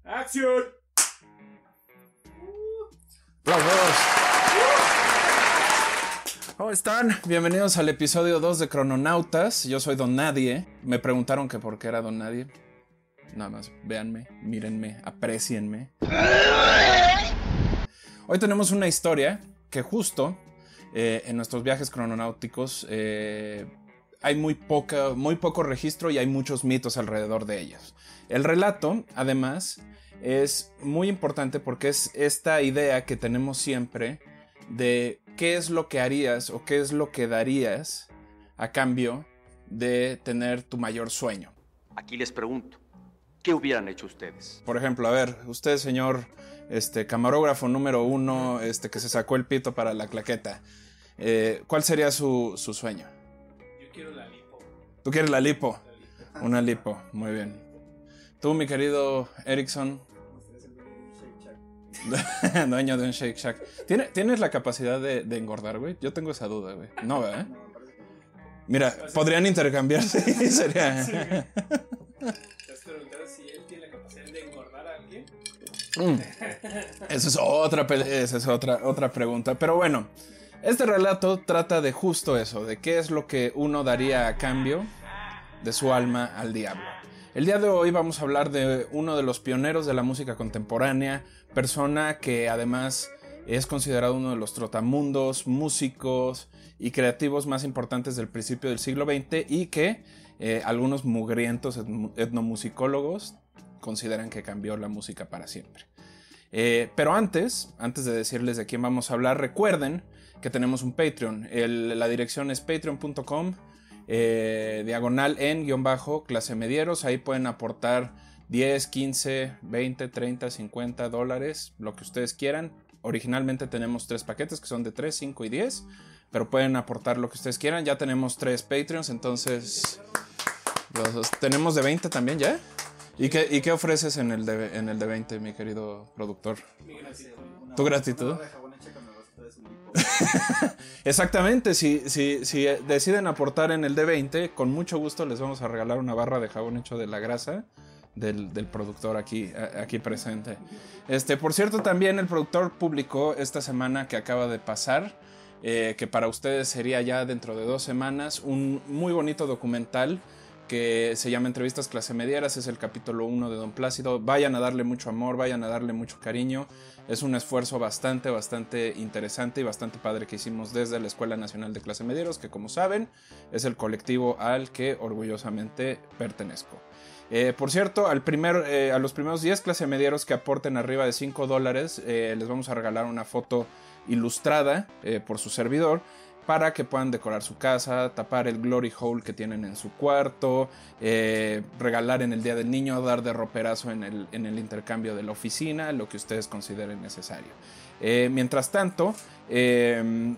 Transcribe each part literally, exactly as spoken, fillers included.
¡Acción! ¡Aplausos! ¿Cómo están? Bienvenidos al episodio dos de Crononautas. Yo soy Don Nadie. Me preguntaron que por qué era Don Nadie. Nada más, véanme, mírenme, aprecienme. Hoy tenemos una historia que justo eh, en nuestros viajes crononáuticos eh, hay muy, poca, muy poco registro y hay muchos mitos alrededor de ellos. El relato, además, es muy importante porque es esta idea que tenemos siempre de qué es lo que harías o qué es lo que darías a cambio de tener tu mayor sueño. Aquí les pregunto, ¿qué hubieran hecho ustedes? Por ejemplo, a ver, usted, señor este, camarógrafo número uno, este, que se sacó el pito para la claqueta, eh, ¿cuál sería su, su sueño? Yo quiero la lipo. ¿Tú quieres la lipo? La lipo. Una lipo, muy bien. Tú, mi querido Erickson, dueño de un Shake Shack. ¿Tienes, ¿Tienes la capacidad de, de engordar, güey? Yo tengo esa duda, güey. No, ¿verdad? Mira, podrían intercambiarse y sería... Sí, ¿te has preguntado si él tiene la capacidad de engordar a alguien? Mm. Esa es otra, esa es otra, otra pregunta. Pero bueno, este relato trata de justo eso, de qué es lo que uno daría a cambio de su alma al diablo. El día de hoy vamos a hablar de uno de los pioneros de la música contemporánea, persona que además es considerado uno de los trotamundos, músicos y creativos más importantes del principio del siglo veinte y que eh, algunos mugrientos etnomusicólogos consideran que cambió la música para siempre. Eh, pero antes, antes de decirles de quién vamos a hablar, recuerden que tenemos un Patreon. El, la dirección es patreon punto com. Eh, diagonal en guión bajo clase medieros. Ahí pueden aportar diez, quince, veinte, treinta, cincuenta dólares, lo que ustedes quieran. Originalmente tenemos tres paquetes que son de tres, cinco y diez, pero pueden aportar lo que ustedes quieran. Ya tenemos tres Patreons, entonces los, tenemos de veinte también ya. ¿Y qué, y qué ofreces en el, de, en el de veinte, mi querido productor? Mi gratitud. ¿Tu gratitud? Exactamente, si, si, si deciden aportar en el de veinte, con mucho gusto les vamos a regalar una barra de jabón hecho de la grasa del, del productor aquí, aquí presente. Este, por cierto, también el productor publicó esta semana que acaba de pasar, eh, que para ustedes sería ya dentro de dos semanas, un muy bonito documental que se llama Entrevistas Clase Medieras. Es el capítulo uno de Don Plácido. Vayan a darle mucho amor, vayan a darle mucho cariño. Es un esfuerzo bastante, bastante interesante y bastante padre que hicimos desde la Escuela Nacional de Clase Medieros, que como saben es el colectivo al que orgullosamente pertenezco. Eh, por cierto, al primer, eh, a los primeros diez clase medieros que aporten arriba de cinco dólares, eh, les vamos a regalar una foto ilustrada eh, por su servidor, para que puedan decorar su casa, tapar el glory hole que tienen en su cuarto, eh, regalar en el Día del Niño, dar de roperazo en el, en el intercambio de la oficina, lo que ustedes consideren necesario. Eh, mientras tanto, eh,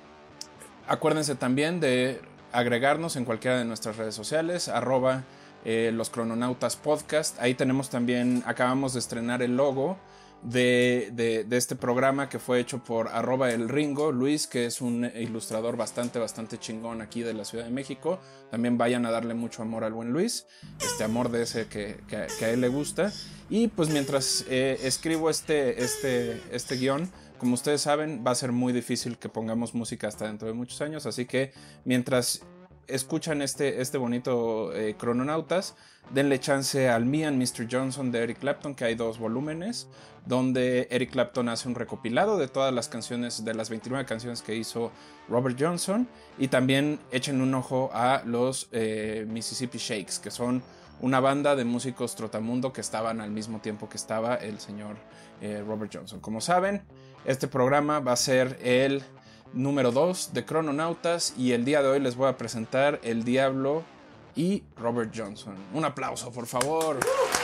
acuérdense también de agregarnos en cualquiera de nuestras redes sociales, arroba eh, los Crononautas Podcast. Ahí tenemos también, acabamos de estrenar el logo De, de, de este programa que fue hecho por arroba el Ringo, Luis, que es un ilustrador bastante, bastante chingón aquí de la Ciudad de México. También vayan a darle mucho amor al buen Luis, este amor de ese que, que, que a él le gusta. Y pues mientras eh, escribo este, este, este guión, como ustedes saben, va a ser muy difícil que pongamos música hasta dentro de muchos años, así que mientras escuchan este, este bonito eh, Crononautas, denle chance al Me and mister Johnson de Eric Clapton, que hay dos volúmenes, donde Eric Clapton hace un recopilado de todas las canciones, de las veintinueve canciones que hizo Robert Johnson, y también echen un ojo a los eh, Mississippi Shakes, que son una banda de músicos trotamundo que estaban al mismo tiempo que estaba el señor eh, Robert Johnson. Como saben, este programa va a ser el número dos de Crononautas y el día de hoy les voy a presentar El Diablo y Robert Johnson. Un aplauso, por favor.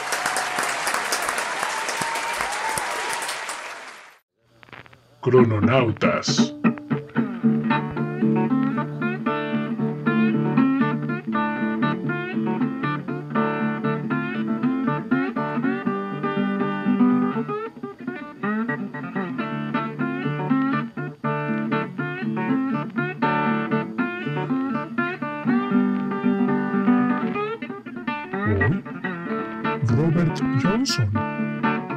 Crononautas. Hoy, Robert Johnson.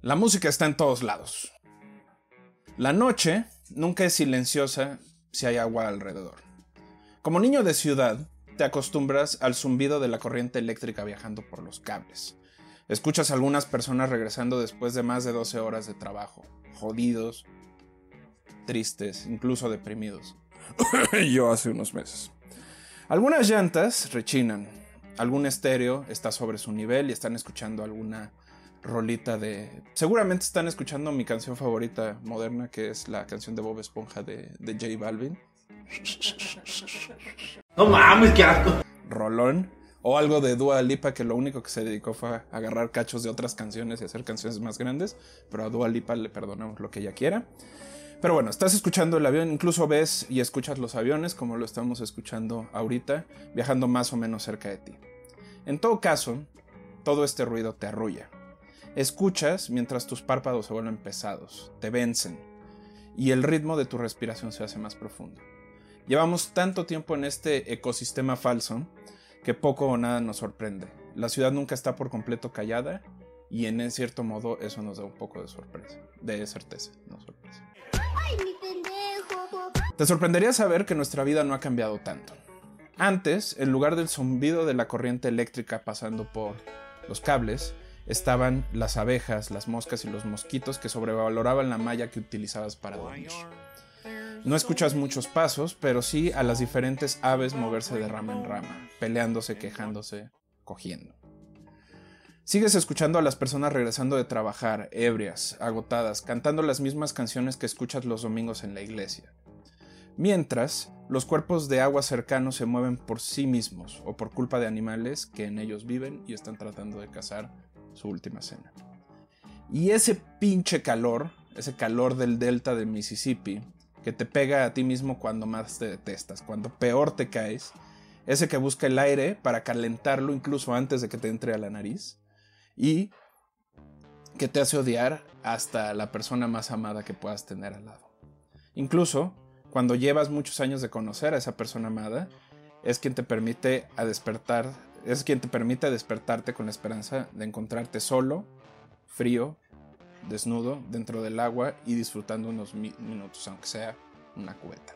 La música está en todos lados. La noche nunca es silenciosa si hay agua alrededor. Como niño de ciudad, te acostumbras al zumbido de la corriente eléctrica viajando por los cables. Escuchas a algunas personas regresando después de más de doce horas de trabajo, jodidos, tristes, incluso deprimidos. Yo hace unos meses. Algunas llantas rechinan, algún estéreo está sobre su nivel y están escuchando alguna rolita de... Seguramente están escuchando mi canción favorita moderna, que es la canción de Bob Esponja de, de J Balvin. No mames, qué asco. Rolón. O algo de Dua Lipa, que lo único que se dedicó fue a agarrar cachos de otras canciones y hacer canciones más grandes. Pero a Dua Lipa le perdonamos lo que ella quiera. Pero bueno, estás escuchando el avión, incluso ves y escuchas los aviones, como lo estamos escuchando ahorita, viajando más o menos cerca de ti. En todo caso, todo este ruido te arrulla. Escuchas mientras tus párpados se vuelven pesados, te vencen, y el ritmo de tu respiración se hace más profundo. Llevamos tanto tiempo en este ecosistema falso que poco o nada nos sorprende. La ciudad nunca está por completo callada, y en cierto modo eso nos da un poco de sorpresa, de certeza, no sorpresa. ¡Ay, mi pendejo! Te sorprendería saber que nuestra vida no ha cambiado tanto. Antes, en lugar del zumbido de la corriente eléctrica pasando por los cables, estaban las abejas, las moscas y los mosquitos que sobrevaloraban la malla que utilizabas para dormir. No escuchas muchos pasos, pero sí a las diferentes aves moverse de rama en rama, peleándose, quejándose, cogiendo. Sigues escuchando a las personas regresando de trabajar, ebrias, agotadas, cantando las mismas canciones que escuchas los domingos en la iglesia. Mientras, los cuerpos de agua cercanos se mueven por sí mismos o por culpa de animales que en ellos viven y están tratando de cazar su última cena. Y ese pinche calor, ese calor del delta de Mississippi, que te pega a ti mismo cuando más te detestas, cuando peor te caes, ese que busca el aire para calentarlo incluso antes de que te entre a la nariz, y que te hace odiar hasta la persona más amada que puedas tener al lado. Incluso cuando llevas muchos años de conocer a esa persona amada, es quien te permite a despertar, es quien te permite despertarte con la esperanza de encontrarte solo, frío, desnudo, dentro del agua y disfrutando unos mi- minutos, aunque sea una cubeta.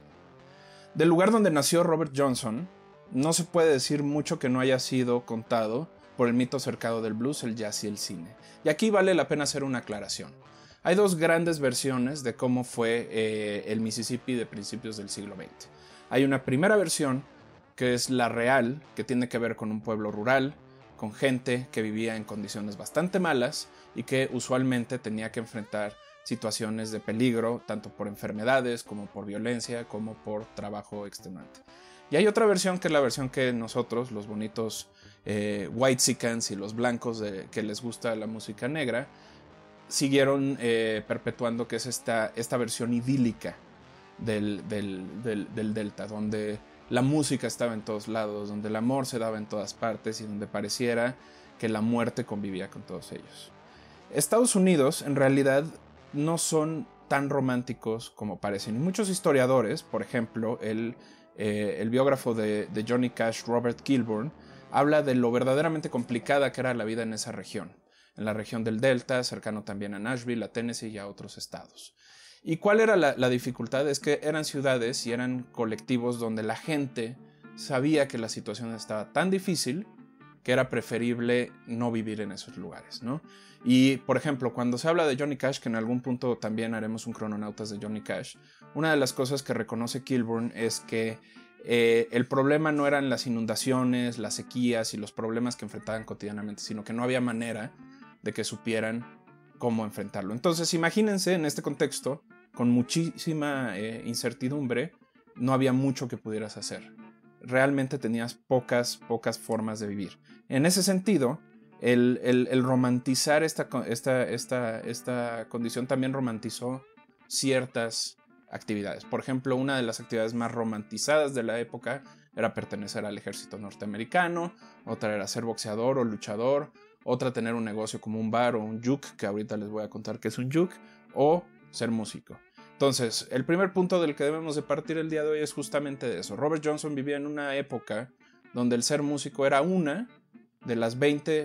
Del lugar donde nació Robert Johnson, no se puede decir mucho que no haya sido contado por el mito cercado del blues, el jazz y el cine. Y aquí vale la pena hacer una aclaración. Hay dos grandes versiones de cómo fue eh, el Mississippi de principios del siglo veinte. Hay una primera versión, que es la real, que tiene que ver con un pueblo rural, con gente que vivía en condiciones bastante malas y que usualmente tenía que enfrentar situaciones de peligro, tanto por enfermedades, como por violencia, como por trabajo extenuante. Y hay otra versión, que es la versión que nosotros, los bonitos eh, whitexicans y los blancos de, que les gusta la música negra, siguieron eh, perpetuando, que es esta, esta versión idílica del, del, del, del Delta, donde la música estaba en todos lados, donde el amor se daba en todas partes y donde pareciera que la muerte convivía con todos ellos. Estados Unidos, en realidad, no son tan románticos como parecen. Y muchos historiadores, por ejemplo, el, eh, el biógrafo de, de Johnny Cash, Robert Kilburn, habla de lo verdaderamente complicada que era la vida en esa región. En la región del Delta, cercano también a Nashville, a Tennessee y a otros estados. ¿Y cuál era la, la dificultad? Es que eran ciudades y eran colectivos donde la gente sabía que la situación estaba tan difícil que era preferible no vivir en esos lugares, ¿no? Y, por ejemplo, cuando se habla de Johnny Cash, que en algún punto también haremos un crononautas de Johnny Cash, una de las cosas que reconoce Kilburn es que eh, el problema no eran las inundaciones, las sequías y los problemas que enfrentaban cotidianamente, sino que no había manera de que supieran cómo enfrentarlo. Entonces, imagínense en este contexto, con muchísima eh, incertidumbre, no había mucho que pudieras hacer. Realmente tenías pocas, pocas formas de vivir. En ese sentido, el, el, el romantizar esta, esta, esta, esta condición también romantizó ciertas actividades. Por ejemplo, una de las actividades más romantizadas de la época era pertenecer al ejército norteamericano, otra era ser boxeador o luchador, otra tener un negocio como un bar o un juke, que ahorita les voy a contar qué es un juke, o ser músico. Entonces, el primer punto del que debemos de partir el día de hoy es justamente de eso. Robert Johnson vivía en una época donde el ser músico era una de las veinte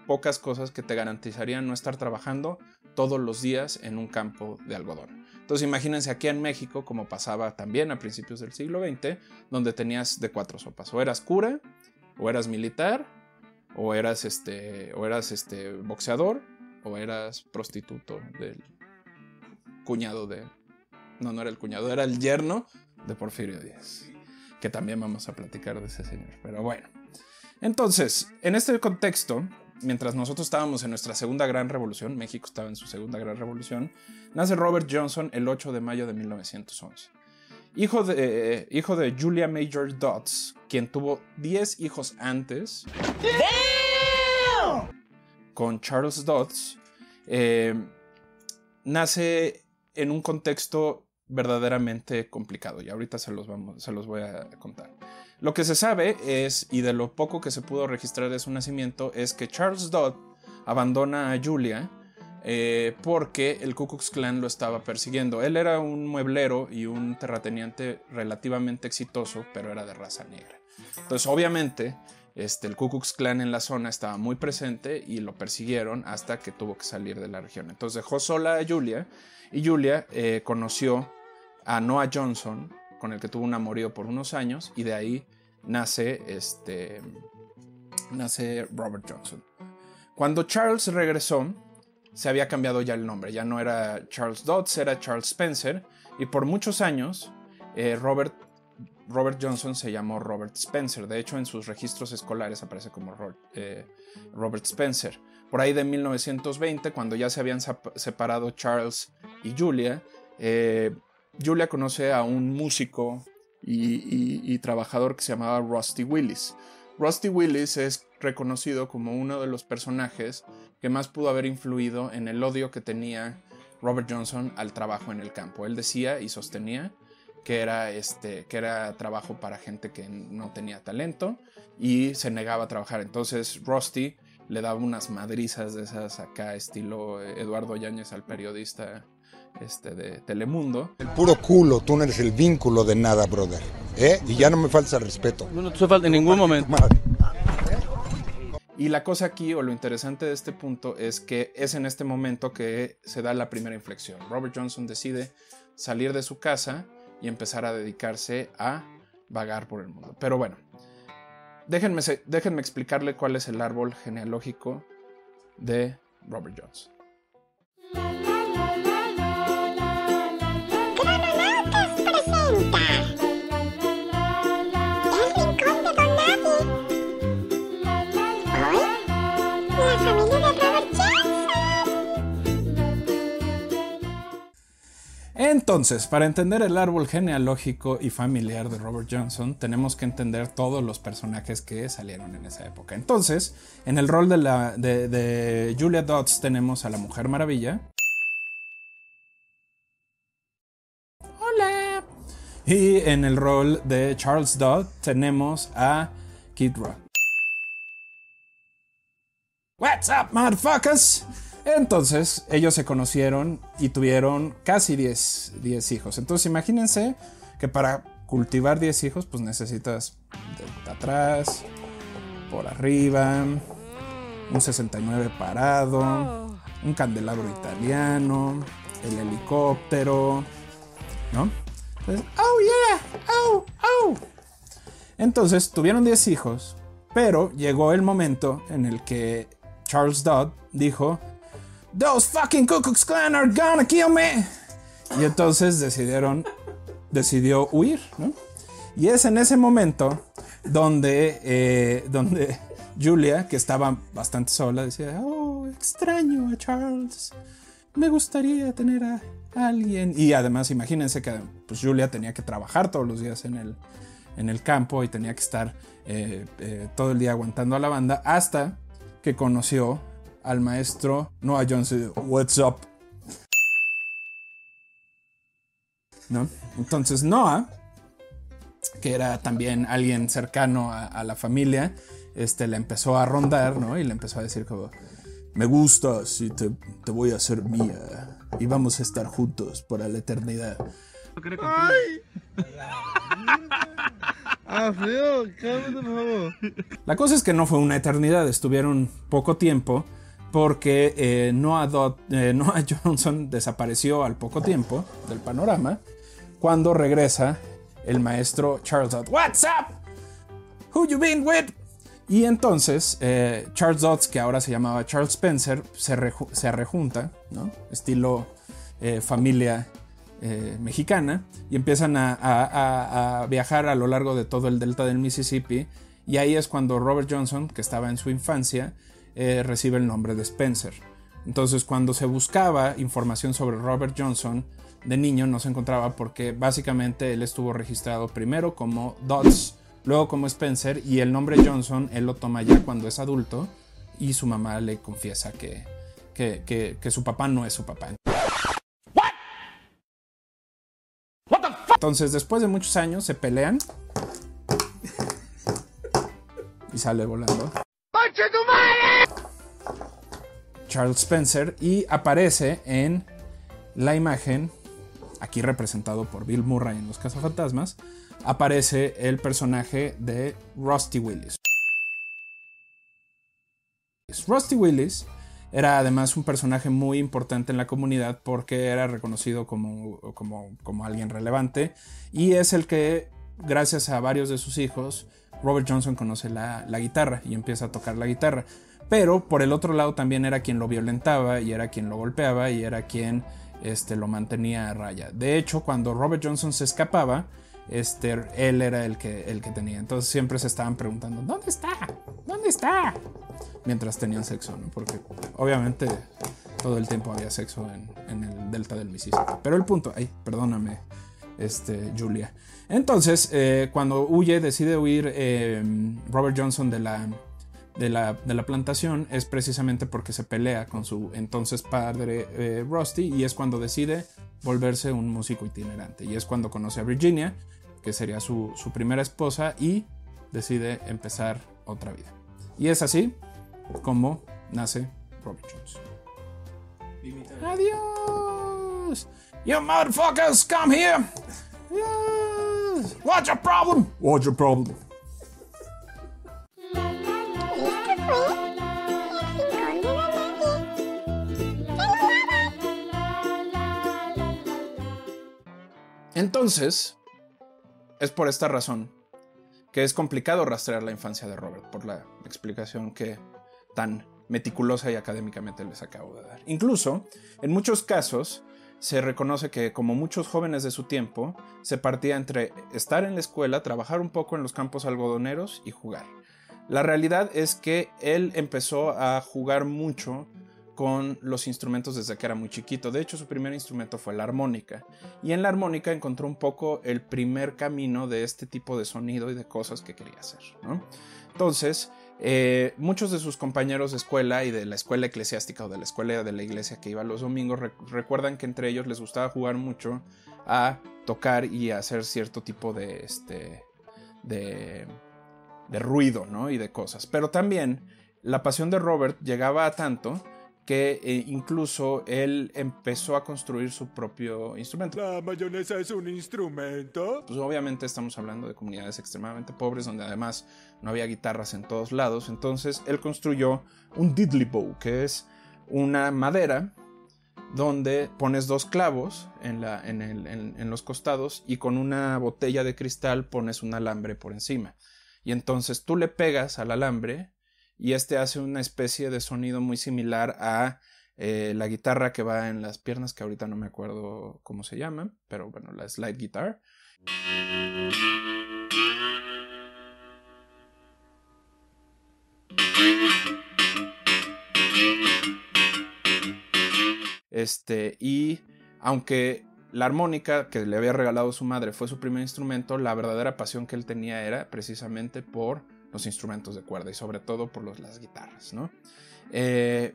pocas cosas que te garantizarían no estar trabajando todos los días en un campo de algodón. Entonces imagínense aquí en México, como pasaba también a principios del siglo veinte, donde tenías de cuatro sopas. O eras cura, o eras militar, o eras, este, o eras este, boxeador, o eras prostituto del cuñado de... No, no era el cuñado, era el yerno de Porfirio Díaz. Que también vamos a platicar de ese señor. Pero bueno. Entonces, en este contexto, mientras nosotros estábamos en nuestra segunda gran revolución, México estaba en su segunda gran revolución, nace Robert Johnson el ocho de mayo de mil novecientos once. Hijo de, eh, hijo de Julia Major Dodds, quien tuvo diez hijos antes ¡Damn! Con Charles Dodds, eh, nace en un contexto verdaderamente complicado y ahorita se los, vamos, se los voy a contar. Lo que se sabe es, y de lo poco que se pudo registrar de su nacimiento, es que Charles Dodd abandona a Julia eh, porque el Ku Klux Klan lo estaba persiguiendo. Él era un mueblero y un terrateniente relativamente exitoso, pero era de raza negra. Entonces, obviamente, este, el Ku Klux Klan en la zona estaba muy presente y lo persiguieron hasta que tuvo que salir de la región. Entonces dejó sola a Julia y Julia eh, conoció a Noah Johnson, con el que tuvo un amorío por unos años, y de ahí nace, este, nace Robert Johnson. Cuando Charles regresó, se había cambiado ya el nombre, ya no era Charles Dodds, era Charles Spencer, y por muchos años eh, Robert, Robert Johnson se llamó Robert Spencer. De hecho, en sus registros escolares aparece como Robert, eh, Robert Spencer. Por ahí de mil novecientos veinte, cuando ya se habían separado Charles y Julia, eh, Julia conoce a un músico y, y, y trabajador que se llamaba Rusty Willis. Rusty Willis es reconocido como uno de los personajes que más pudo haber influido en el odio que tenía Robert Johnson al trabajo en el campo. Él decía y sostenía que era, este, que era trabajo para gente que no tenía talento y se negaba a trabajar. Entonces Rusty le daba unas madrizas de esas acá estilo Eduardo Yáñez al periodista Este, de Telemundo. El puro culo, tú no eres el vínculo de nada, brother. ¿Eh? Y ya no me falta el respeto. No, no te falta en ningún momento. Y la cosa aquí, o lo interesante de este punto, es que es en este momento que se da la primera inflexión. Robert Johnson decide salir de su casa y empezar a dedicarse a vagar por el mundo. Pero bueno, déjenme, déjenme explicarle cuál es el árbol genealógico de Robert Johnson. Entonces, para entender el árbol genealógico y familiar de Robert Johnson, tenemos que entender todos los personajes que salieron en esa época. Entonces, en el rol de, la, de, de Julia Dodds tenemos a la Mujer Maravilla. Hola. Y en el rol de Charles Dodd tenemos a Kid Rock. What's up, motherfuckers? Entonces, ellos se conocieron y tuvieron casi diez hijos. Entonces, imagínense que para cultivar diez hijos, pues necesitas de atrás, por arriba, un sesenta y nueve parado, un candelabro italiano, el helicóptero, ¿no? Entonces, oh yeah, oh, oh. Entonces, tuvieron diez hijos, pero llegó el momento en el que Charles Dodd dijo: "Those fucking Ku Klux Klan are gonna kill me." Y entonces decidieron, decidió huir, ¿no? Y es en ese momento donde, eh, donde Julia, que estaba bastante sola, decía: "Oh, extraño a Charles. Me gustaría tener a alguien." Y además, imagínense que pues, Julia tenía que trabajar todos los días en el, en el campo y tenía que estar eh, eh, todo el día aguantando a la banda hasta que conoció al maestro Noah Johnson. What's up? ¿No? Entonces Noah, que era también alguien cercano a, a la familia, este, le empezó a rondar, ¿no? Y le empezó a decir como: "Me gustas y te, te voy a hacer mía y vamos a estar juntos para la eternidad." Ay. La cosa es que no fue una eternidad, estuvieron poco tiempo porque eh, Noah, Dot, eh, Noah Johnson desapareció al poco tiempo del panorama cuando regresa el maestro Charles Dodds. What's up? Who you been with? Y entonces eh, Charles Dodds, que ahora se llamaba Charles Spencer, se, reju- se rejunta, ¿no? Estilo eh, familia eh, mexicana, y empiezan a, a, a, a viajar a lo largo de todo el delta del Mississippi, y ahí es cuando Robert Johnson, que estaba en su infancia, eh, recibe el nombre de Spencer. Entonces, cuando se buscaba información sobre Robert Johnson de niño, no se encontraba porque básicamente él estuvo registrado primero como Dodds, luego como Spencer, y el nombre Johnson él lo toma ya cuando es adulto y su mamá le confiesa que, que, que, que su papá no es su papá. Entonces, después de muchos años, se pelean y sale volando Charles Spencer y aparece en la imagen, aquí representado por Bill Murray en Los Cazafantasmas, aparece el personaje de Rusty Willis. Rusty Willis era además un personaje muy importante en la comunidad porque era reconocido como, como, como alguien relevante, y es el que, gracias a varios de sus hijos, Robert Johnson conoce la, la guitarra y empieza a tocar la guitarra. Pero por el otro lado también era quien lo violentaba y era quien lo golpeaba y era quien este, lo mantenía a raya. De hecho, cuando Robert Johnson se escapaba, este, él era el que, el que tenía. Entonces siempre se estaban preguntando, ¿dónde está? ¿Dónde está? Mientras tenían sexo, ¿no? Porque obviamente todo el tiempo había sexo en, en el delta del Mississippi. Pero el punto, ay, perdóname, este, Julia. Entonces, eh, cuando huye, decide huir eh, Robert Johnson de la... De la, de la plantación, es precisamente porque se pelea con su entonces padre eh, Rusty, y es cuando decide volverse un músico itinerante, y es cuando conoce a Virginia, que sería su, su primera esposa, y decide empezar otra vida. Y es así como nace Robert Johnson. Adiós. You motherfuckers, come here. Yes. What's your problem? What's your problem? Entonces, es por esta razón que es complicado rastrear la infancia de Robert, por la explicación que tan meticulosa y académicamente les acabo de dar. Incluso, en muchos casos, se reconoce que, como muchos jóvenes de su tiempo, se partía entre estar en la escuela, trabajar un poco en los campos algodoneros y jugar. La realidad es que él empezó a jugar mucho con los instrumentos desde que era muy chiquito. De hecho, su primer instrumento fue la armónica, y en la armónica encontró un poco el primer camino de este tipo de sonido y de cosas que quería hacer, ¿no? Entonces, eh, muchos de sus compañeros de escuela y de la escuela eclesiástica o de la escuela de la iglesia que iba los domingos rec- recuerdan que entre ellos les gustaba jugar mucho a tocar y a hacer cierto tipo de, este, de, de ruido, ¿no? Y de cosas. Pero también la pasión de Robert llegaba a tanto que eh, incluso él empezó a construir su propio instrumento. ¿La mayonesa es un instrumento? Pues obviamente estamos hablando de comunidades extremadamente pobres, donde además no había guitarras en todos lados. Entonces él construyó un diddley bow, que es una madera donde pones dos clavos en, la, en, el, en, en los costados, y con una botella de cristal pones un alambre por encima. Y entonces tú le pegas al alambre y este hace una especie de sonido muy similar a eh, la guitarra que va en las piernas, que ahorita no me acuerdo cómo se llama, pero bueno, la slide guitar. Este, y aunque la armónica que le había regalado su madre fue su primer instrumento, la verdadera pasión que él tenía era precisamente por los instrumentos de cuerda y sobre todo por los, las guitarras, ¿no? Eh,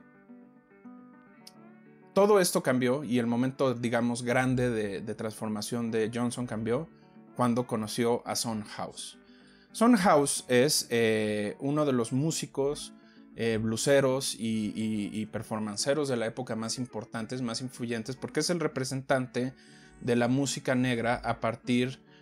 todo esto cambió, y el momento, digamos, grande de, de transformación de Johnson cambió cuando conoció a Son House. Son House es eh, uno de los músicos eh, blueseros y, y, y performanceros de la época más importantes, más influyentes, porque es el representante de la música negra a partir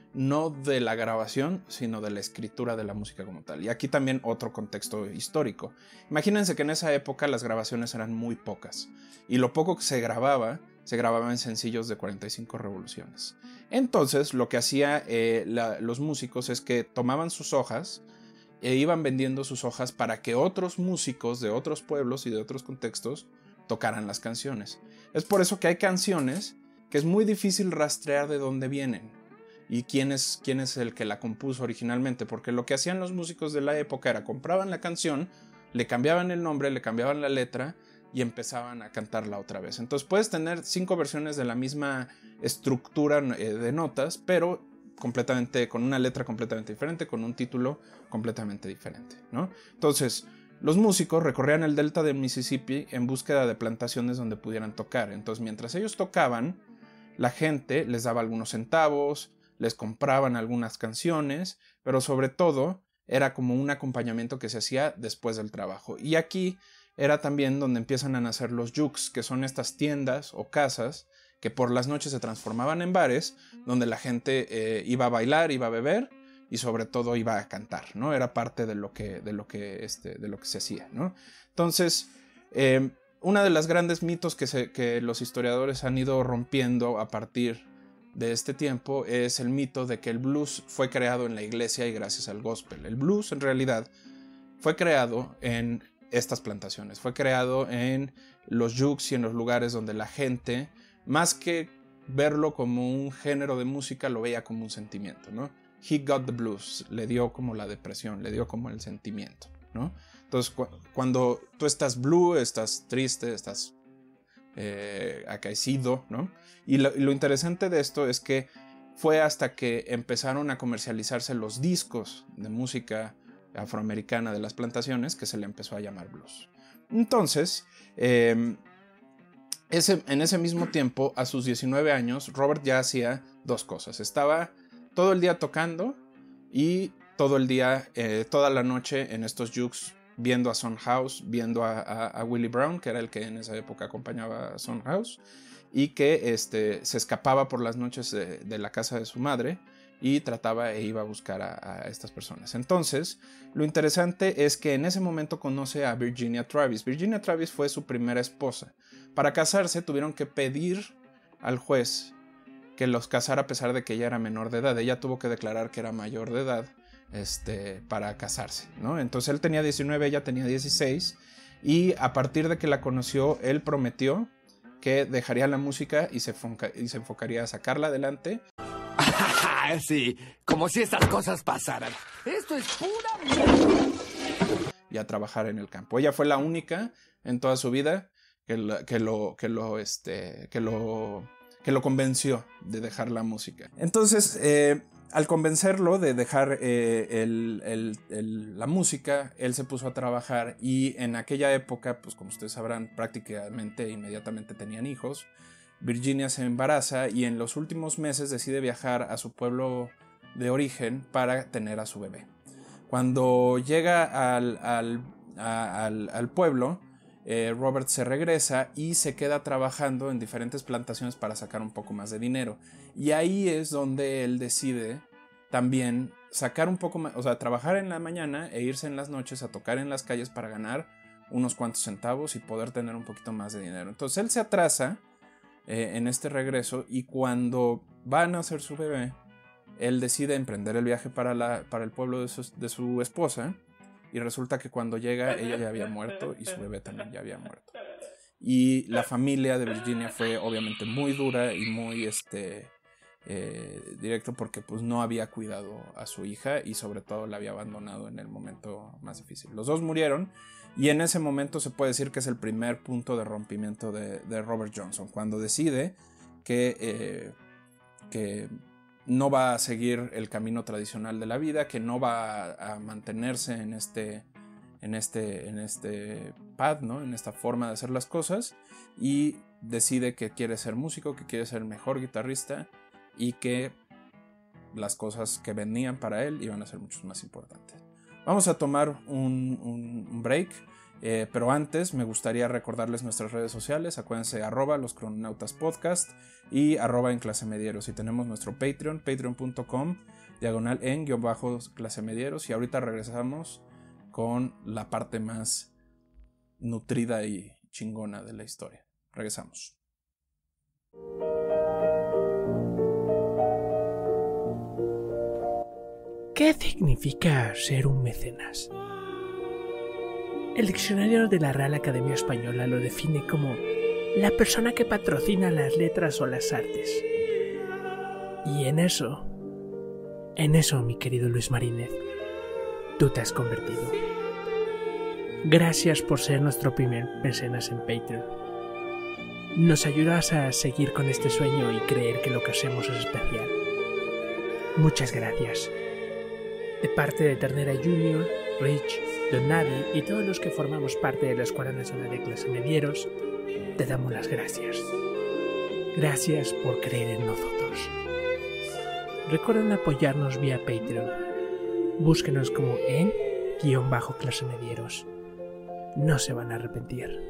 no de la grabación, sino de la escritura de la música como tal. Y aquí también otro contexto histórico. Imagínense que en esa época las grabaciones eran muy pocas, y lo poco que se grababa, se grababa en sencillos de cuarenta y cinco revoluciones. Entonces, lo que hacían eh, los músicos es que tomaban sus hojas e iban vendiendo sus hojas para que otros músicos de otros pueblos y de otros contextos tocaran las canciones. Es por eso que hay canciones que es muy difícil rastrear de dónde vienen y quién es, quién es el que la compuso originalmente, porque lo que hacían los músicos de la época era compraban la canción, le cambiaban el nombre, le cambiaban la letra y empezaban a cantarla otra vez. Entonces puedes tener cinco versiones de la misma estructura eh, de notas, pero completamente, con una letra completamente diferente, con un título completamente diferente, ¿no? Entonces, los músicos recorrían el delta del Mississippi en búsqueda de plantaciones donde pudieran tocar. Entonces, mientras ellos tocaban, la gente les daba algunos centavos, les compraban algunas canciones, pero sobre todo era como un acompañamiento que se hacía después del trabajo. Y aquí era también donde empiezan a nacer los jukes, que son estas tiendas o casas que por las noches se transformaban en bares, donde la gente eh, iba a bailar, iba a beber y sobre todo iba a cantar, ¿no? Era parte de lo que, de lo que, este, de lo que se hacía, ¿no? Entonces, eh, una de las grandes mitos que, se, que los historiadores han ido rompiendo a partir de este tiempo es el mito de que el blues fue creado en la iglesia y gracias al gospel. El blues en realidad fue creado en estas plantaciones, fue creado en los jukes y en los lugares donde la gente, más que verlo como un género de música, lo veía como un sentimiento, ¿no? He got the blues, le dio como la depresión, le dio como el sentimiento, ¿no? Entonces cu- cuando tú estás blue, estás triste, estás eh, acaecido, ¿no? Y lo, y lo interesante de esto es que fue hasta que empezaron a comercializarse los discos de música afroamericana de las plantaciones que se le empezó a llamar blues. Entonces, eh, ese, en ese mismo tiempo, a sus diecinueve años, Robert ya hacía dos cosas. Estaba todo el día tocando y todo el día, eh, toda la noche en estos jukes viendo a Son House, viendo a, a, a Willie Brown, que era el que en esa época acompañaba a Son House, y que este, se escapaba por las noches de, de la casa de su madre y trataba e iba a buscar a, a estas personas. Entonces, lo interesante es que en ese momento conoce a Virginia Travis. Virginia Travis fue su primera esposa. Para casarse tuvieron que pedir al juez que los casara a pesar de que ella era menor de edad. Ella tuvo que declarar que era mayor de edad este, para casarse, ¿no? Entonces él tenía diecinueve, ella tenía dieciséis, y a partir de que la conoció, él prometió que dejaría la música y se, fonca- y se enfocaría a sacarla adelante. Sí, como si estas cosas pasaran. Esto es pura mierda. Y a trabajar en el campo. Ella fue la única en toda su vida que lo, que lo, que lo, este, que lo, que lo convenció de dejar la música. Entonces, eh, al convencerlo de dejar eh, el, el, el, la música, él se puso a trabajar y en aquella época, pues como ustedes sabrán, prácticamente inmediatamente tenían hijos. Virginia se embaraza y en los últimos meses decide viajar a su pueblo de origen para tener a su bebé. Cuando llega al, al, a, al, al pueblo, eh, Robert se regresa y se queda trabajando en diferentes plantaciones para sacar un poco más de dinero. Y ahí es donde él decide también sacar un poco más, o sea, trabajar en la mañana e irse en las noches a tocar en las calles para ganar unos cuantos centavos y poder tener un poquito más de dinero. Entonces él se atrasa Eh, en este regreso y cuando va a nacer su bebé, él decide emprender el viaje para, la, para el pueblo de su, de su esposa y resulta que cuando llega ella ya había muerto y su bebé también ya había muerto. Y la familia de Virginia fue obviamente muy dura y muy este, eh, directo porque pues no había cuidado a su hija y sobre todo la había abandonado en el momento más difícil. Los dos murieron. Y en ese momento se puede decir que es el primer punto de rompimiento de, de Robert Johnson, cuando decide que, eh, que no va a seguir el camino tradicional de la vida, que no va a, a mantenerse en este, en este, en este pad, ¿no? En esta forma de hacer las cosas, y decide que quiere ser músico, que quiere ser mejor guitarrista y que las cosas que venían para él iban a ser mucho más importantes. Vamos a tomar un, un break Eh, pero antes me gustaría recordarles nuestras redes sociales. Acuérdense, arroba los crononautas podcast y arroba en clase medieros. Y tenemos nuestro Patreon, patreon punto com diagonal en guión bajo clase medieros. Y ahorita regresamos con la parte más nutrida y chingona de la historia. Regresamos. ¿Qué significa ser un mecenas? El diccionario de la Real Academia Española lo define como la persona que patrocina las letras o las artes. Y en eso, en eso, mi querido Luis Marínez, tú te has convertido. Gracias por ser nuestro primer mecenas en Patreon. Nos ayudas a seguir con este sueño y creer que lo que hacemos es especial. Muchas gracias. De parte de Ternera Junior, Rich, Don Navi y todos los que formamos parte de la Escuela Nacional de Clase Medieros, te damos las gracias. Gracias por creer en nosotros. Recuerden apoyarnos vía Patreon. Búsquenos como en guión bajo clase medieros. No se van a arrepentir.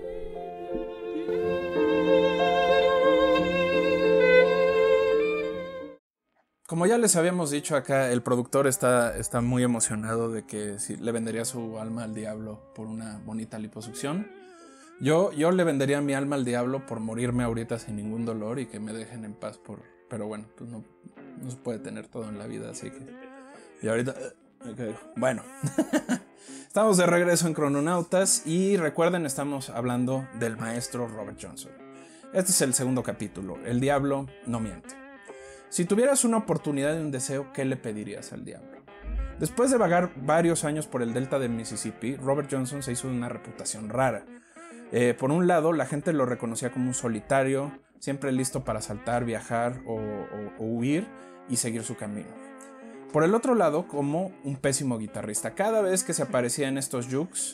Como ya les habíamos dicho acá, el productor está, está muy emocionado de que si le vendería su alma al diablo por una bonita liposucción. Yo, yo le vendería mi alma al diablo por morirme ahorita sin ningún dolor y que me dejen en paz por... Pero bueno, pues no, no se puede tener todo en la vida, así que... Y ahorita... Okay. Bueno, estamos de regreso en Crononautas y recuerden, estamos hablando del maestro Robert Johnson. Este es el segundo capítulo, El diablo no miente. Si tuvieras una oportunidad y un deseo, ¿qué le pedirías al diablo? Después de vagar varios años por el delta del Mississippi, Robert Johnson se hizo una reputación rara. Eh, por un lado, la gente lo reconocía como un solitario, siempre listo para saltar, viajar o, o, o huir y seguir su camino. Por el otro lado, como un pésimo guitarrista. Cada vez que se aparecía en estos jukes,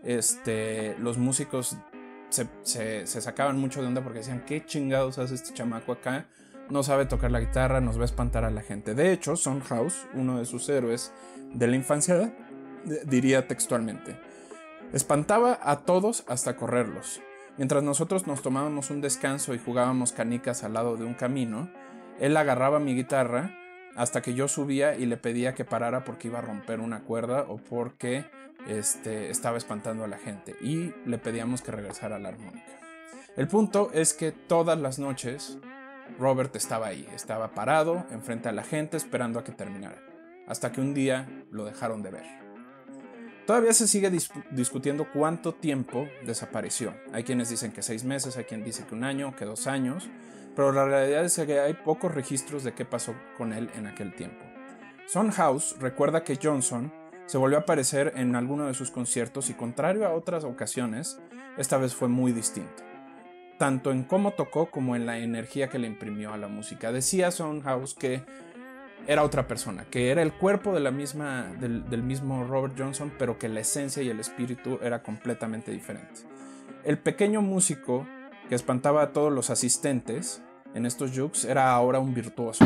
este, los músicos se, se, se sacaban mucho de onda porque decían, ¿qué chingados hace este chamaco acá? No sabe tocar la guitarra, nos va a espantar a la gente. De hecho, Sondhaus, uno de sus héroes de la infancia, diría textualmente, espantaba a todos hasta correrlos. Mientras nosotros nos tomábamos un descanso y jugábamos canicas al lado de un camino, él agarraba mi guitarra hasta que yo subía y le pedía que parara porque iba a romper una cuerda o porque este, estaba espantando a la gente. Y le pedíamos que regresara a la armónica. El punto es que todas las noches Robert estaba ahí, estaba parado enfrente a la gente esperando a que terminara, hasta que un día lo dejaron de ver. Todavía se sigue dis- discutiendo cuánto tiempo desapareció. Hay quienes dicen que seis meses, hay quien dice que un año, que dos años, pero la realidad es que hay pocos registros de qué pasó con él en aquel tiempo. Sondhaus recuerda que Johnson se volvió a aparecer en alguno de sus conciertos y, contrario a otras ocasiones, esta vez fue muy distinto, tanto en cómo tocó como en la energía que le imprimió a la música. Decía Sondhaus que era otra persona, que era el cuerpo de la misma, del, del mismo Robert Johnson, pero que la esencia y el espíritu era completamente diferente. El pequeño músico que espantaba a todos los asistentes en estos jukes era ahora un virtuoso.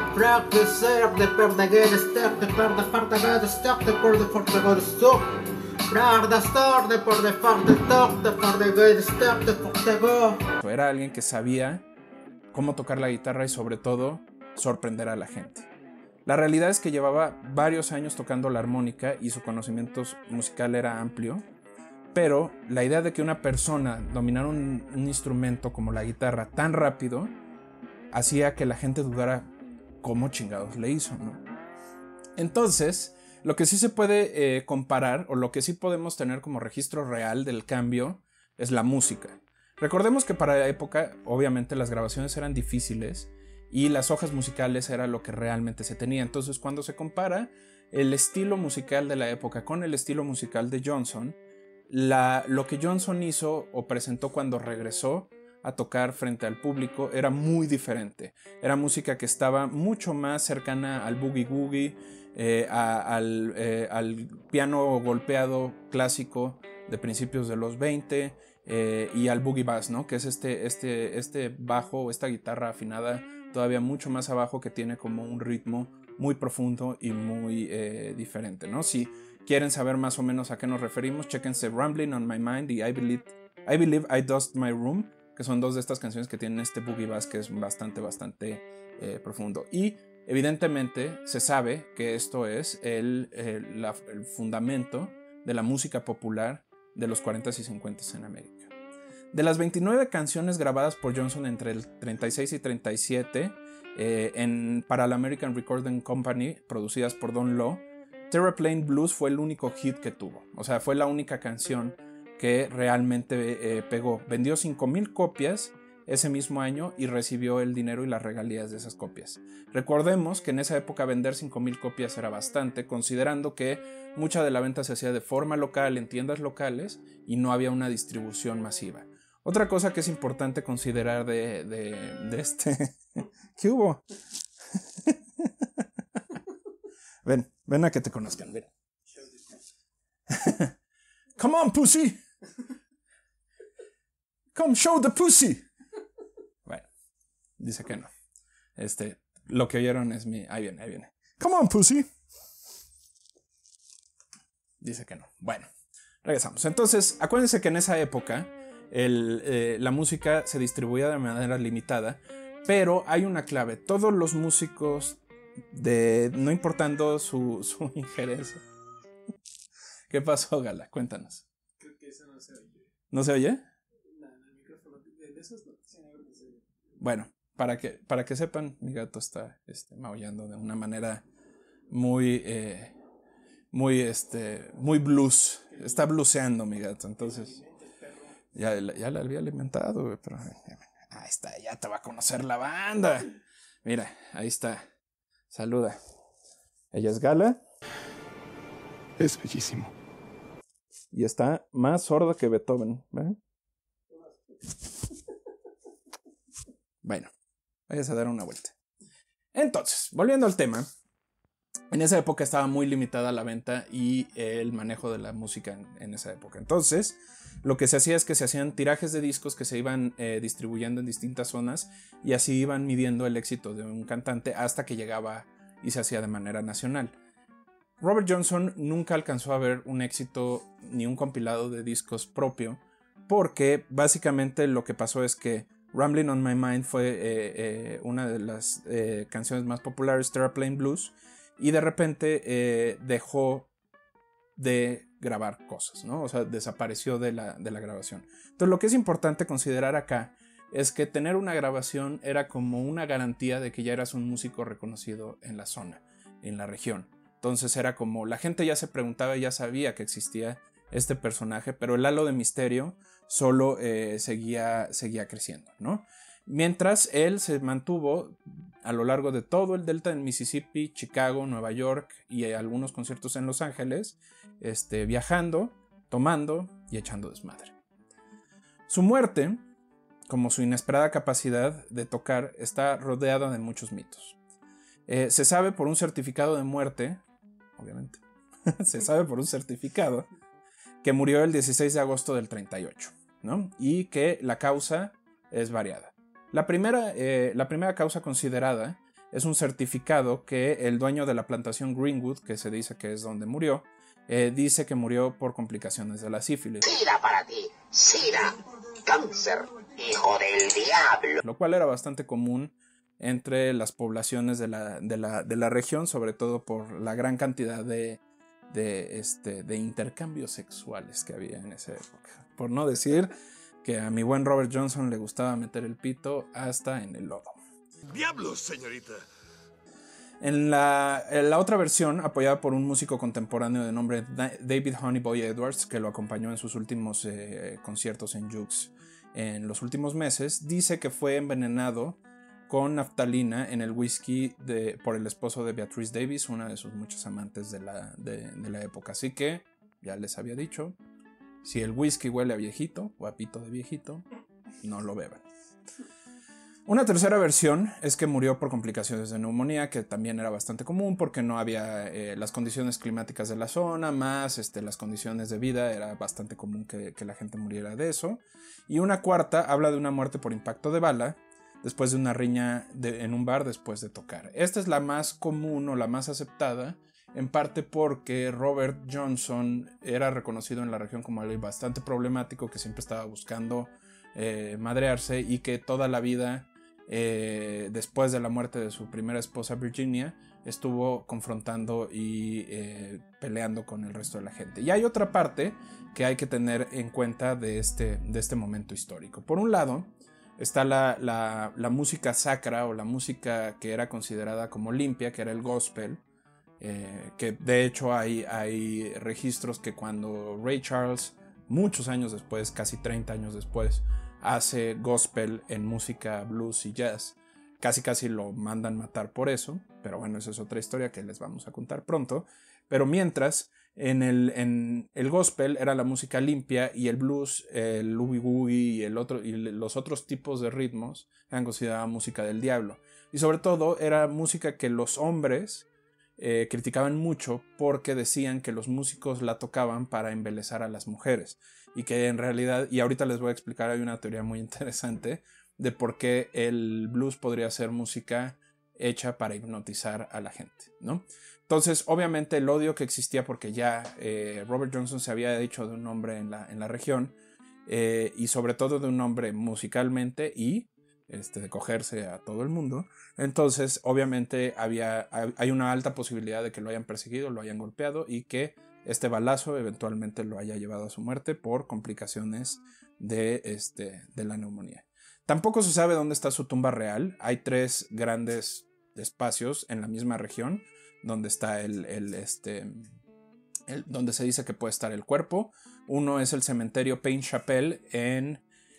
Era alguien que sabía cómo tocar la guitarra y sobre todo sorprender a la gente. La realidad es que llevaba varios años tocando la armónica y su conocimiento musical era amplio, pero la idea de que una persona dominara un, un instrumento como la guitarra tan rápido hacía que la gente dudara cómo chingados le hizo, ¿no? Entonces, lo que sí se puede eh, comparar, o lo que sí podemos tener como registro real del cambio, es la música. Recordemos que para la época, obviamente, las grabaciones eran difíciles y las hojas musicales era lo que realmente se tenía. Entonces, cuando se compara el estilo musical de la época con el estilo musical de Johnson, la, lo que Johnson hizo o presentó cuando regresó a tocar frente al público era muy diferente. Era música que estaba mucho más cercana al boogie woogie, eh, a, al, eh, al piano golpeado clásico de principios de los veinte eh, y al boogie bass, ¿no? Que es este, este, este bajo, esta guitarra afinada todavía mucho más abajo que tiene como un ritmo muy profundo y muy eh, diferente, ¿no? Si quieren saber más o menos a qué nos referimos, chéquense Rambling on My Mind y I Believe I, Believe I Dust My Room, que son dos de estas canciones que tienen este boogie bass que es bastante, bastante eh, profundo. Y evidentemente se sabe que esto es el, el, la, el fundamento de la música popular de los cuarenta y cincuenta en América. De las veintinueve canciones grabadas por Johnson entre el treinta y seis y treinta y siete eh, en, para la American Recording Company, producidas por Don Law, Terraplane Blues fue el único hit que tuvo. O sea, fue la única canción que realmente eh, pegó. Vendió cinco mil copias ese mismo año y recibió el dinero y las regalías de esas copias. Recordemos que en esa época vender cinco mil copias era bastante, considerando que mucha de la venta se hacía de forma local en tiendas locales y no había una distribución masiva. Otra cosa que es importante considerar de, de, de este... ¿Qué hubo? Ven, ven a que te conozcan, ven. Come on, pussy. Come show the pussy. Bueno, dice que no. Este, lo que oyeron es mi... Ahí viene, ahí viene. Come on, pussy. Dice que no. Bueno, regresamos. Entonces, acuérdense que en esa época el, eh, la música se distribuía de manera limitada, pero hay una clave. Todos los músicos, de no importando su, su injerencia. ¿Qué pasó, Gala? Cuéntanos. Creo que eso no se oye. ¿No se oye? No, no, el micrófono. De esos no. Sí, no creo que se oye. Bueno, para que, para que sepan, mi gato está este, maullando de una manera muy, eh, muy, este, muy blues. Está bluseando mi gato, entonces. Ya, ya la había alimentado, güey, pero ahí está, ya te va a conocer la banda. Mira, ahí está. Saluda. Ella es Gala. Es bellísimo. Y está más sorda que Beethoven, ¿ven? Bueno, vayas a dar una vuelta. Entonces, volviendo al tema, en esa época estaba muy limitada la venta y el manejo de la música en, en esa época. Entonces, lo que se hacía es que se hacían tirajes de discos que se iban eh, distribuyendo en distintas zonas y así iban midiendo el éxito de un cantante hasta que llegaba y se hacía de manera nacional. Robert Johnson nunca alcanzó a ver un éxito ni un compilado de discos propio, porque básicamente lo que pasó es que Rambling on My Mind fue eh, eh, una de las eh, canciones más populares, Terraplane Blues, y de repente eh, dejó de grabar cosas, ¿no? O sea, desapareció de la, de la grabación. Entonces, lo que es importante considerar acá es que tener una grabación era como una garantía de que ya eras un músico reconocido en la zona, en la región. Entonces era como, la gente ya se preguntaba y ya sabía que existía este personaje, pero el halo de misterio solo eh, seguía, seguía creciendo, ¿no? Mientras él se mantuvo a lo largo de todo el delta del Mississippi, Chicago, Nueva York y algunos conciertos en Los Ángeles, este, viajando, tomando y echando desmadre. Su muerte, como su inesperada capacidad de tocar, está rodeada de muchos mitos. Eh, se sabe por un certificado de muerte, obviamente, se sabe por un certificado que murió el dieciséis de agosto del treinta y ocho, ¿no? Y que la causa es variada. La primera, eh, la primera causa considerada es un certificado que el dueño de la plantación Greenwood, que se dice que es donde murió, eh, dice que murió por complicaciones de la sífilis. Sida para ti, sida, cáncer, hijo del diablo. Lo cual era bastante común entre las poblaciones de la, de la, de la región, sobre todo por la gran cantidad de, de, este, de intercambios sexuales que había en esa época. Por no decir que a mi buen Robert Johnson le gustaba meter el pito hasta en el lodo. ¡Diablos, señorita! En la, en la otra versión, apoyada por un músico contemporáneo de nombre David Honeyboy Edwards, que lo acompañó en sus últimos eh, conciertos en Jukes en los últimos meses, dice que fue envenenado con naftalina en el whisky de, por el esposo de Beatrice Davis, una de sus muchas amantes de la, de, de la época. Así que, ya les había dicho, si el whisky huele a viejito o a pito de viejito, no lo beban. Una tercera versión es que murió por complicaciones de neumonía, que también era bastante común porque no había eh, las condiciones climáticas de la zona, más este, las condiciones de vida, era bastante común que, que la gente muriera de eso. Y una cuarta habla de una muerte por impacto de bala, después de una riña de, en un bar después de tocar. Esta es la más común o la más aceptada en parte porque Robert Johnson era reconocido en la región como alguien bastante problemático, que siempre estaba buscando eh, madrearse, y que toda la vida, eh, después de la muerte de su primera esposa Virginia, estuvo confrontando y eh, peleando con el resto de la gente. Y hay otra parte que hay que tener en cuenta de este, de este momento histórico. Por un lado está la, la, la música sacra, o la música que era considerada como limpia, que era el gospel, eh, que de hecho hay, hay registros que cuando Ray Charles, muchos años después, casi treinta años después, hace gospel en música blues y jazz, casi casi lo mandan matar por eso, pero bueno, esa es otra historia que les vamos a contar pronto. Pero mientras, en el, en el gospel era la música limpia, y el blues, el oogie boogie y, el otro, y los otros tipos de ritmos eran considerados música del diablo. Y sobre todo era música que los hombres eh, criticaban mucho, porque decían que los músicos la tocaban para embelezar a las mujeres. Y que en realidad, y ahorita les voy a explicar, hay una teoría muy interesante de por qué el blues podría ser música hecha para hipnotizar a la gente, ¿no? Entonces, obviamente, el odio que existía, porque ya eh, Robert Johnson se había dicho de un hombre en la, en la región, eh, y sobre todo de un hombre musicalmente y este, de cogerse a todo el mundo. Entonces, obviamente, había, hay una alta posibilidad de que lo hayan perseguido, lo hayan golpeado, y que este balazo eventualmente lo haya llevado a su muerte por complicaciones de, este, de la neumonía. Tampoco se sabe dónde está su tumba real. Hay tres grandes espacios en la misma región donde está el, el, este, el, donde se dice que puede estar el cuerpo. Uno es el cementerio Payne Chapel en,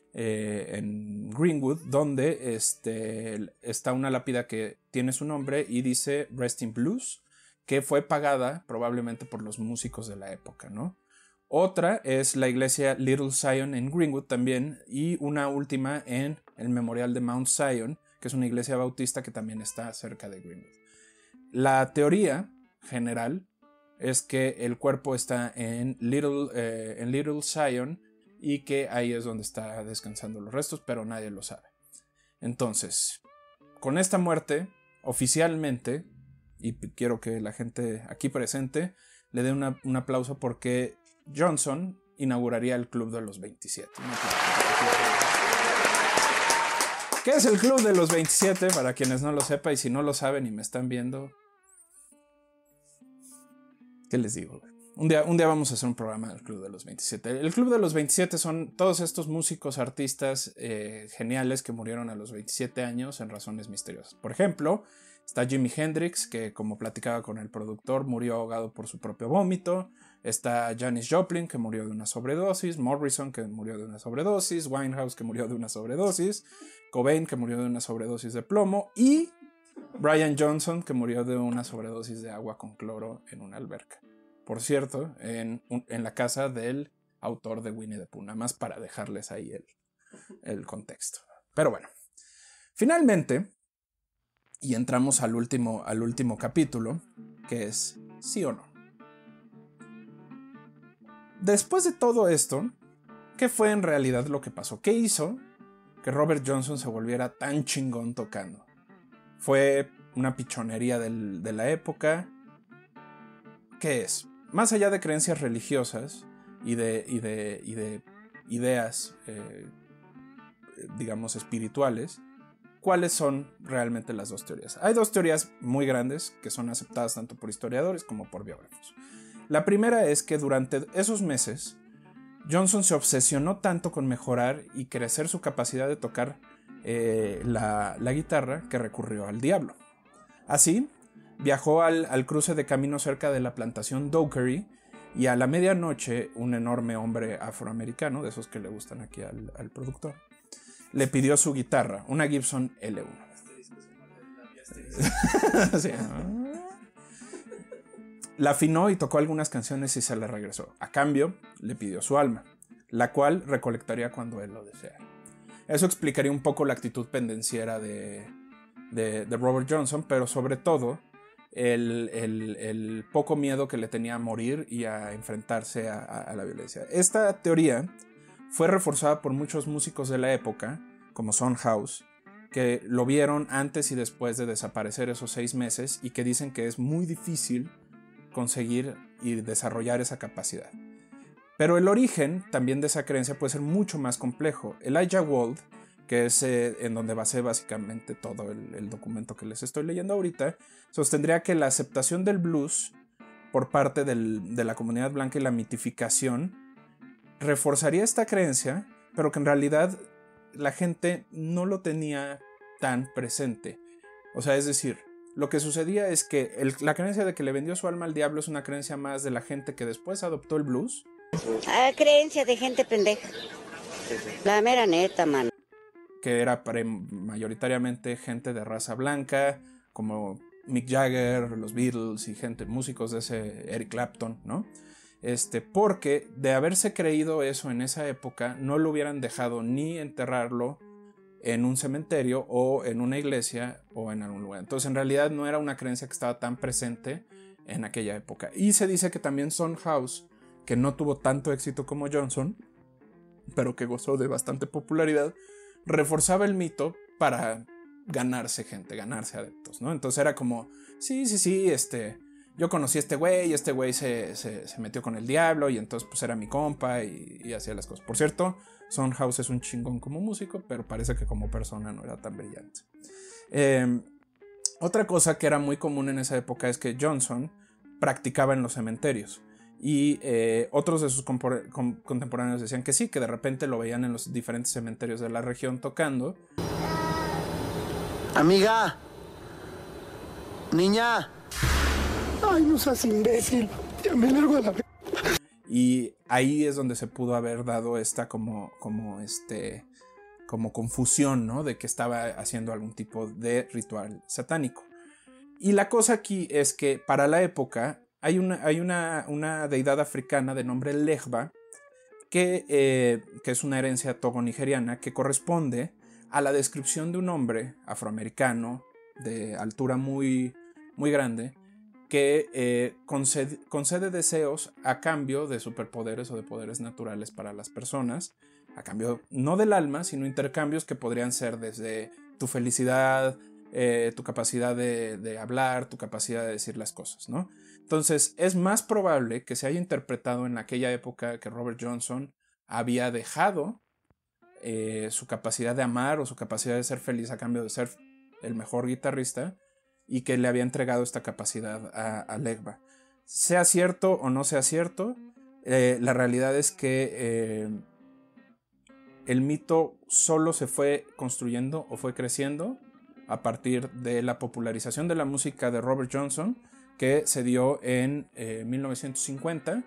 eh, en Greenwood, donde este, está una lápida que tiene su nombre y dice Rest in Blues, que fue pagada probablemente por los músicos de la época, ¿no? Otra es la iglesia Little Zion en Greenwood también, y una última en el memorial de Mount Zion, que es una iglesia bautista que también está cerca de Greenwood. La teoría general es que el cuerpo está en Little, eh, en Little Zion, y que ahí es donde está descansando los restos, pero nadie lo sabe. Entonces, con esta muerte, oficialmente, y quiero que la gente aquí presente le dé una, un aplauso, porque Johnson inauguraría el Club de los veintisiete. ¿Qué es el Club de los veintisiete? Para quienes no lo sepan, y si no lo saben y me están viendo, ¿qué les digo? Un día, un día vamos a hacer un programa del Club de los veintisiete. El Club de los veintisiete son todos estos músicos, artistas eh, geniales que murieron a los veintisiete años en razones misteriosas. Por ejemplo, está Jimi Hendrix, que como platicaba con el productor, murió ahogado por su propio vómito. Está Janis Joplin, que murió de una sobredosis. Morrison, que murió de una sobredosis. Winehouse, que murió de una sobredosis. Cobain, que murió de una sobredosis de plomo. Y Brian Johnson, que murió de una sobredosis de agua con cloro en una alberca. Por cierto, en, en la casa del autor de Winnie the Pooh, nada más para dejarles ahí el, el contexto. Pero bueno, finalmente, y entramos al último, al último capítulo, que es sí o no. Después de todo esto, ¿qué fue en realidad lo que pasó? ¿Qué hizo que Robert Johnson se volviera tan chingón tocando? ¿Fue una pichonería del, de la época? ¿Qué es? Más allá de creencias religiosas y de, y de, y de ideas, eh, digamos, espirituales, ¿cuáles son realmente las dos teorías? Hay dos teorías muy grandes que son aceptadas tanto por historiadores como por biógrafos. La primera es que durante esos meses Johnson se obsesionó tanto con mejorar y crecer su capacidad de tocar eh, la, la guitarra que recurrió al diablo. Así, viajó al, al cruce de camino cerca de la plantación Dockery, y a la medianoche un enorme hombre afroamericano, de esos que le gustan aquí al, al productor, le pidió su guitarra, una Gibson L uno. Sí. La afinó y tocó algunas canciones y se la regresó. A cambio, le pidió su alma, la cual recolectaría cuando él lo deseara. Eso explicaría un poco la actitud pendenciera de, de, de Robert Johnson, pero sobre todo el, el, el poco miedo que le tenía a morir y a enfrentarse a, a, a la violencia. Esta teoría fue reforzada por muchos músicos de la época, como Son House, que lo vieron antes y después de desaparecer esos seis meses y que dicen que es muy difícil conseguir y desarrollar esa capacidad. Pero el origen también de esa creencia puede ser mucho más complejo. Elijah Wold, que es eh, en donde basé básicamente todo el, el documento que les estoy leyendo ahorita, sostendría que la aceptación del blues por parte del, de la comunidad blanca y la mitificación reforzaría esta creencia, pero que en realidad la gente no lo tenía tan presente. O sea, es decir, lo que sucedía es que el, la creencia de que le vendió su alma al diablo es una creencia más de la gente que después adoptó el blues. Ah, creencia de gente pendeja. La mera neta, mano. Que era pre- mayoritariamente gente de raza blanca, como Mick Jagger, los Beatles y gente, músicos de ese, Eric Clapton, ¿no? Este, porque de haberse creído eso en esa época, no lo hubieran dejado ni enterrarlo en un cementerio o en una iglesia o en algún lugar. Entonces, en realidad no era una creencia que estaba tan presente en aquella época. Y se dice que también Sondhaus, que no tuvo tanto éxito como Johnson, pero que gozó de bastante popularidad, reforzaba el mito para ganarse gente, ganarse adeptos, ¿no? Entonces era como, sí, sí, sí, este, yo conocí a este güey y este güey se, se, se metió con el diablo y entonces pues era mi compa y, y hacía las cosas. Por cierto, Sondhaus es un chingón como músico, pero parece que como persona no era tan brillante. Eh, otra cosa que era muy común en esa época es que Johnson practicaba en los cementerios. Y eh, otros de sus compor- com- contemporáneos decían que sí, que de repente lo veían en los diferentes cementerios de la región tocando. Amiga, niña. Ay, no seas imbécil. Ya me largo a la... Y ahí es donde se pudo haber dado esta como, como, este, como confusión, ¿no? De que estaba haciendo algún tipo de ritual satánico. Y la cosa aquí es que para la época hay una, hay una, una deidad africana de nombre Legba, que, eh, que es una herencia togo-nigeriana que corresponde a la descripción de un hombre afroamericano de altura muy, muy grande que eh, concede, concede deseos a cambio de superpoderes o de poderes naturales para las personas, a cambio no del alma, sino intercambios que podrían ser desde tu felicidad, eh, tu capacidad de, de hablar, tu capacidad de decir las cosas, ¿no? Entonces es más probable que se haya interpretado en aquella época que Robert Johnson había dejado eh, su capacidad de amar o su capacidad de ser feliz a cambio de ser el mejor guitarrista y que le había entregado esta capacidad a, a Legba. Sea cierto o no sea cierto, eh, la realidad es que eh, el mito solo se fue construyendo o fue creciendo a partir de la popularización de la música de Robert Johnson, que se dio en eh, mil novecientos cincuenta,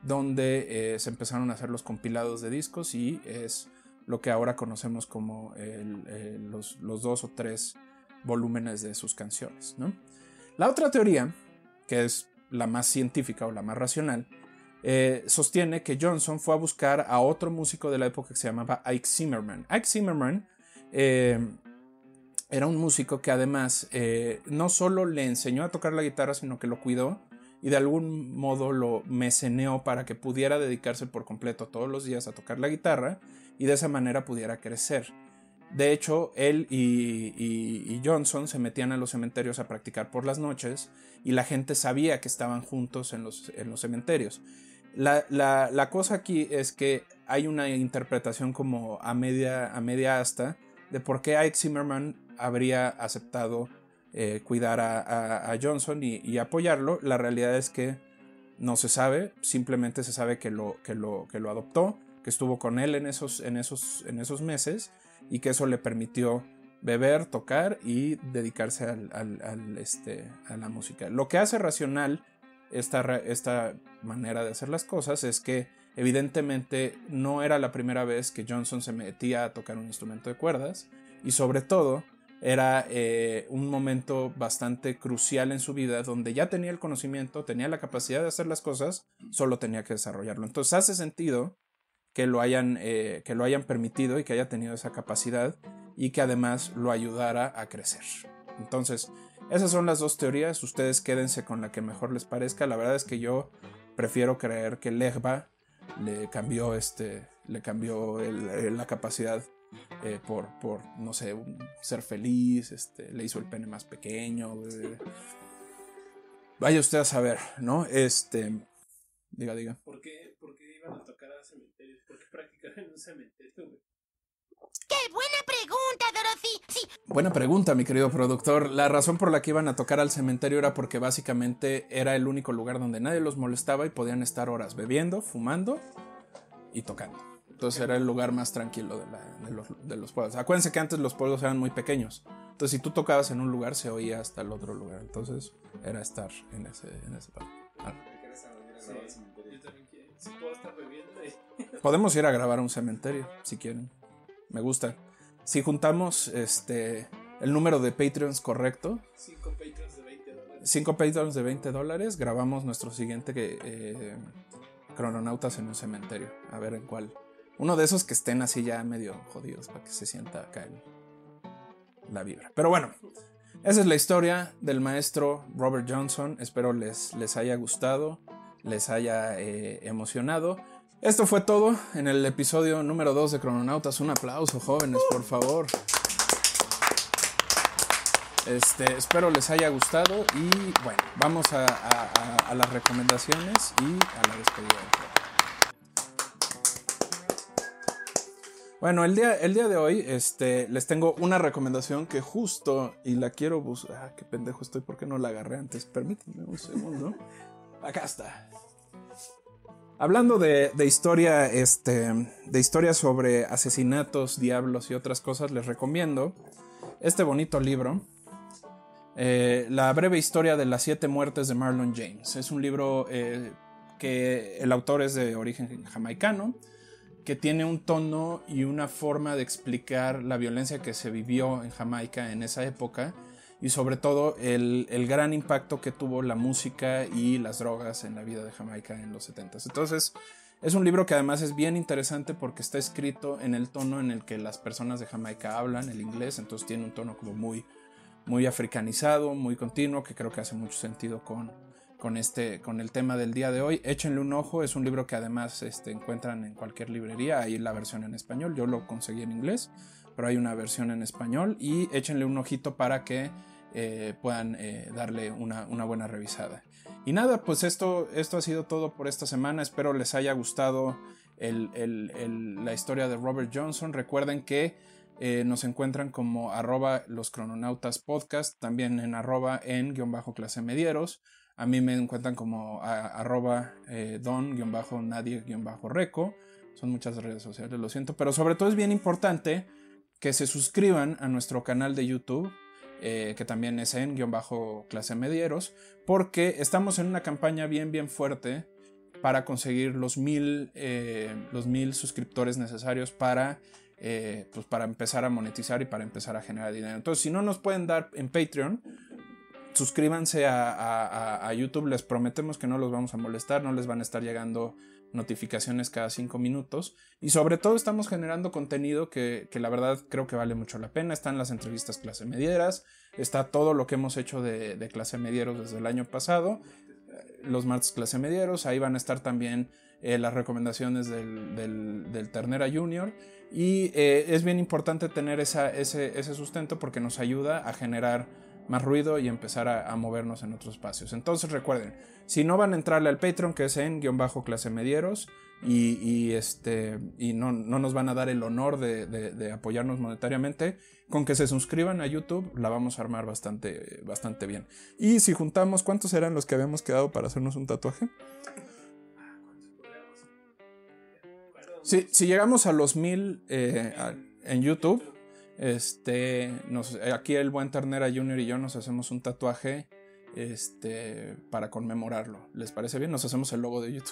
donde eh, se empezaron a hacer los compilados de discos y es lo que ahora conocemos como el, el, los, los dos o tres volúmenes de sus canciones, ¿no? La otra teoría, que es la más científica o la más racional, eh, sostiene que Johnson fue a buscar a otro músico de la época que se llamaba Ike Zimmerman. Ike Zimmerman eh, era un músico que además eh, no solo le enseñó a tocar la guitarra, sino que lo cuidó y de algún modo lo meceneó para que pudiera dedicarse por completo todos los días a tocar la guitarra y de esa manera pudiera crecer. De hecho, él y, y, y Johnson se metían a los cementerios a practicar por las noches y la gente sabía que estaban juntos en los, en los cementerios. La, la, la cosa aquí es que hay una interpretación como a media, a media asta de por qué Ike Zimmerman habría aceptado eh, cuidar a, a, a Johnson y, y apoyarlo. La realidad es que no se sabe, simplemente se sabe que lo, que lo, que lo adoptó, que estuvo con él en esos, en esos, en esos meses y que eso le permitió beber, tocar y dedicarse al, al, al, este, a la música. Lo que hace racional esta, esta manera de hacer las cosas es que evidentemente no era la primera vez que Johnson se metía a tocar un instrumento de cuerdas y sobre todo era eh, un momento bastante crucial en su vida donde ya tenía el conocimiento, tenía la capacidad de hacer las cosas, solo tenía que desarrollarlo. Entonces hace sentido que lo hayan, eh, que lo hayan permitido y que haya tenido esa capacidad y que además lo ayudara a crecer. Entonces, esas son las dos teorías. Ustedes quédense con la que mejor les parezca. La verdad es que yo prefiero creer que Legba le cambió, este, le cambió el, el, la capacidad eh, por, por, no sé, un, ser feliz, este, le hizo el pene más pequeño. Eh. Vaya usted a saber, ¿no? Este... Diga, diga. ¿Por qué, por qué iban a tocar a cementerios? ¿Por qué practicar en un cementerio, güey? ¡Qué buena pregunta, Dorothy! Sí. Buena pregunta, mi querido productor. La razón por la que iban a tocar al cementerio era porque básicamente era el único lugar donde nadie los molestaba y podían estar horas bebiendo, fumando y tocando. Entonces era el lugar más tranquilo de, la, de, los, de los pueblos. Acuérdense que antes los pueblos eran muy pequeños. Entonces si tú tocabas en un lugar se oía hasta el otro lugar. Entonces era estar en ese, en ese lugar. Ah. Sí, yo también quiero. Si puedo estar bebiendo ahí. Podemos ir a grabar a un cementerio, si quieren. Me gusta. Si juntamos este el número de Patreons correcto, Cinco Patreons de veinte dólares. Cinco Patreons de veinte dólares, grabamos nuestro siguiente eh, Crononautas en un cementerio. A ver en cuál. Uno de esos que estén así ya medio jodidos para que se sienta acá el, la vibra. Pero bueno, esa es la historia del maestro Robert Johnson. Espero les, les haya gustado, les haya eh, emocionado. Esto fue todo en el episodio número dos de Crononautas. Un aplauso, jóvenes, por favor. Este, espero les haya gustado y bueno, vamos a, a, a, a las recomendaciones y a la despedida del programa. Bueno, el día, el día de hoy este, les tengo una recomendación que justo, y la quiero buscar. Ah, qué pendejo estoy, ¿por qué no la agarré antes? Permítanme un segundo. Acá está. Hablando de, de historia, este, de historia sobre asesinatos, diablos y otras cosas, les recomiendo este bonito libro. Eh, la breve historia de las siete muertes de Marlon James. Es un libro eh, que el autor es de origen jamaicano, que tiene un tono y una forma de explicar la violencia que se vivió en Jamaica en esa época y sobre todo el, el gran impacto que tuvo la música y las drogas en la vida de Jamaica en los setentas. Entonces es un libro que además es bien interesante porque está escrito en el tono en el que las personas de Jamaica hablan, el inglés, entonces tiene un tono como muy, muy africanizado, muy continuo, que creo que hace mucho sentido con... Con, este, con el tema del día de hoy. Échenle un ojo, es un libro que además este, encuentran en cualquier librería, hay la versión en español, yo lo conseguí en inglés, pero hay una versión en español y échenle un ojito para que eh, puedan eh, darle una, una buena revisada. Y nada, pues esto, esto ha sido todo por esta semana, espero les haya gustado el, el, el, la historia de Robert Johnson. Recuerden que eh, nos encuentran como arroba los crononautas podcast, también en arroba en guión bajo clase medieros. A mí me encuentran como a, arroba eh, don-nadie-reco. Son muchas redes sociales, lo siento. Pero sobre todo es bien importante que se suscriban a nuestro canal de YouTube, eh, que también es en guión bajo clase medieros, porque estamos en una campaña bien, bien fuerte para conseguir los mil, eh, los mil suscriptores necesarios para, eh, pues para empezar a monetizar y para empezar a generar dinero. Entonces, si no nos pueden dar en Patreon, suscríbanse a, a, a YouTube, les prometemos que no los vamos a molestar, no les van a estar llegando notificaciones cada cinco minutos y sobre todo estamos generando contenido que, que la verdad creo que vale mucho la pena. Están las entrevistas clase medieras, está todo lo que hemos hecho de, de clase medieros desde el año pasado, los martes clase medieros, ahí van a estar también eh, las recomendaciones del, del, del Ternera Junior y eh, es bien importante tener esa, ese, ese sustento porque nos ayuda a generar más ruido y empezar a, a movernos en otros espacios. Entonces recuerden, si no van a entrarle al Patreon, que es en guión bajo clase medieros, y, y, este, y no, no nos van a dar el honor de, de, de apoyarnos monetariamente, con que se suscriban a YouTube la vamos a armar bastante, bastante bien. Y si juntamos, ¿cuántos eran los que habíamos quedado para hacernos un tatuaje? Si, si llegamos a los mil eh, a, en YouTube, Este, nos, aquí el buen Ternera Junior y yo nos hacemos un tatuaje este, para conmemorarlo. ¿Les parece bien? Nos hacemos el logo de YouTube.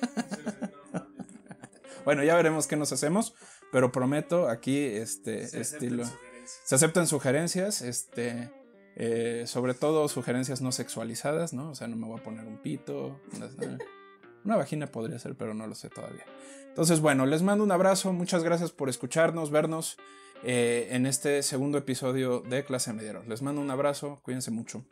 Bueno, ya veremos qué nos hacemos, pero prometo aquí este se estilo. Aceptan Se aceptan sugerencias, este, eh, sobre todo sugerencias no sexualizadas, ¿no? O sea, no me voy a poner un pito, una, una vagina podría ser, pero no lo sé todavía. Entonces, bueno, les mando un abrazo, muchas gracias por escucharnos, vernos. Eh, en este segundo episodio de Clase Medieros. Les mando un abrazo, cuídense mucho.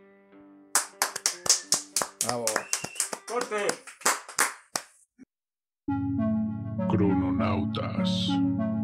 Bravo. ¡Corte! Crononautas.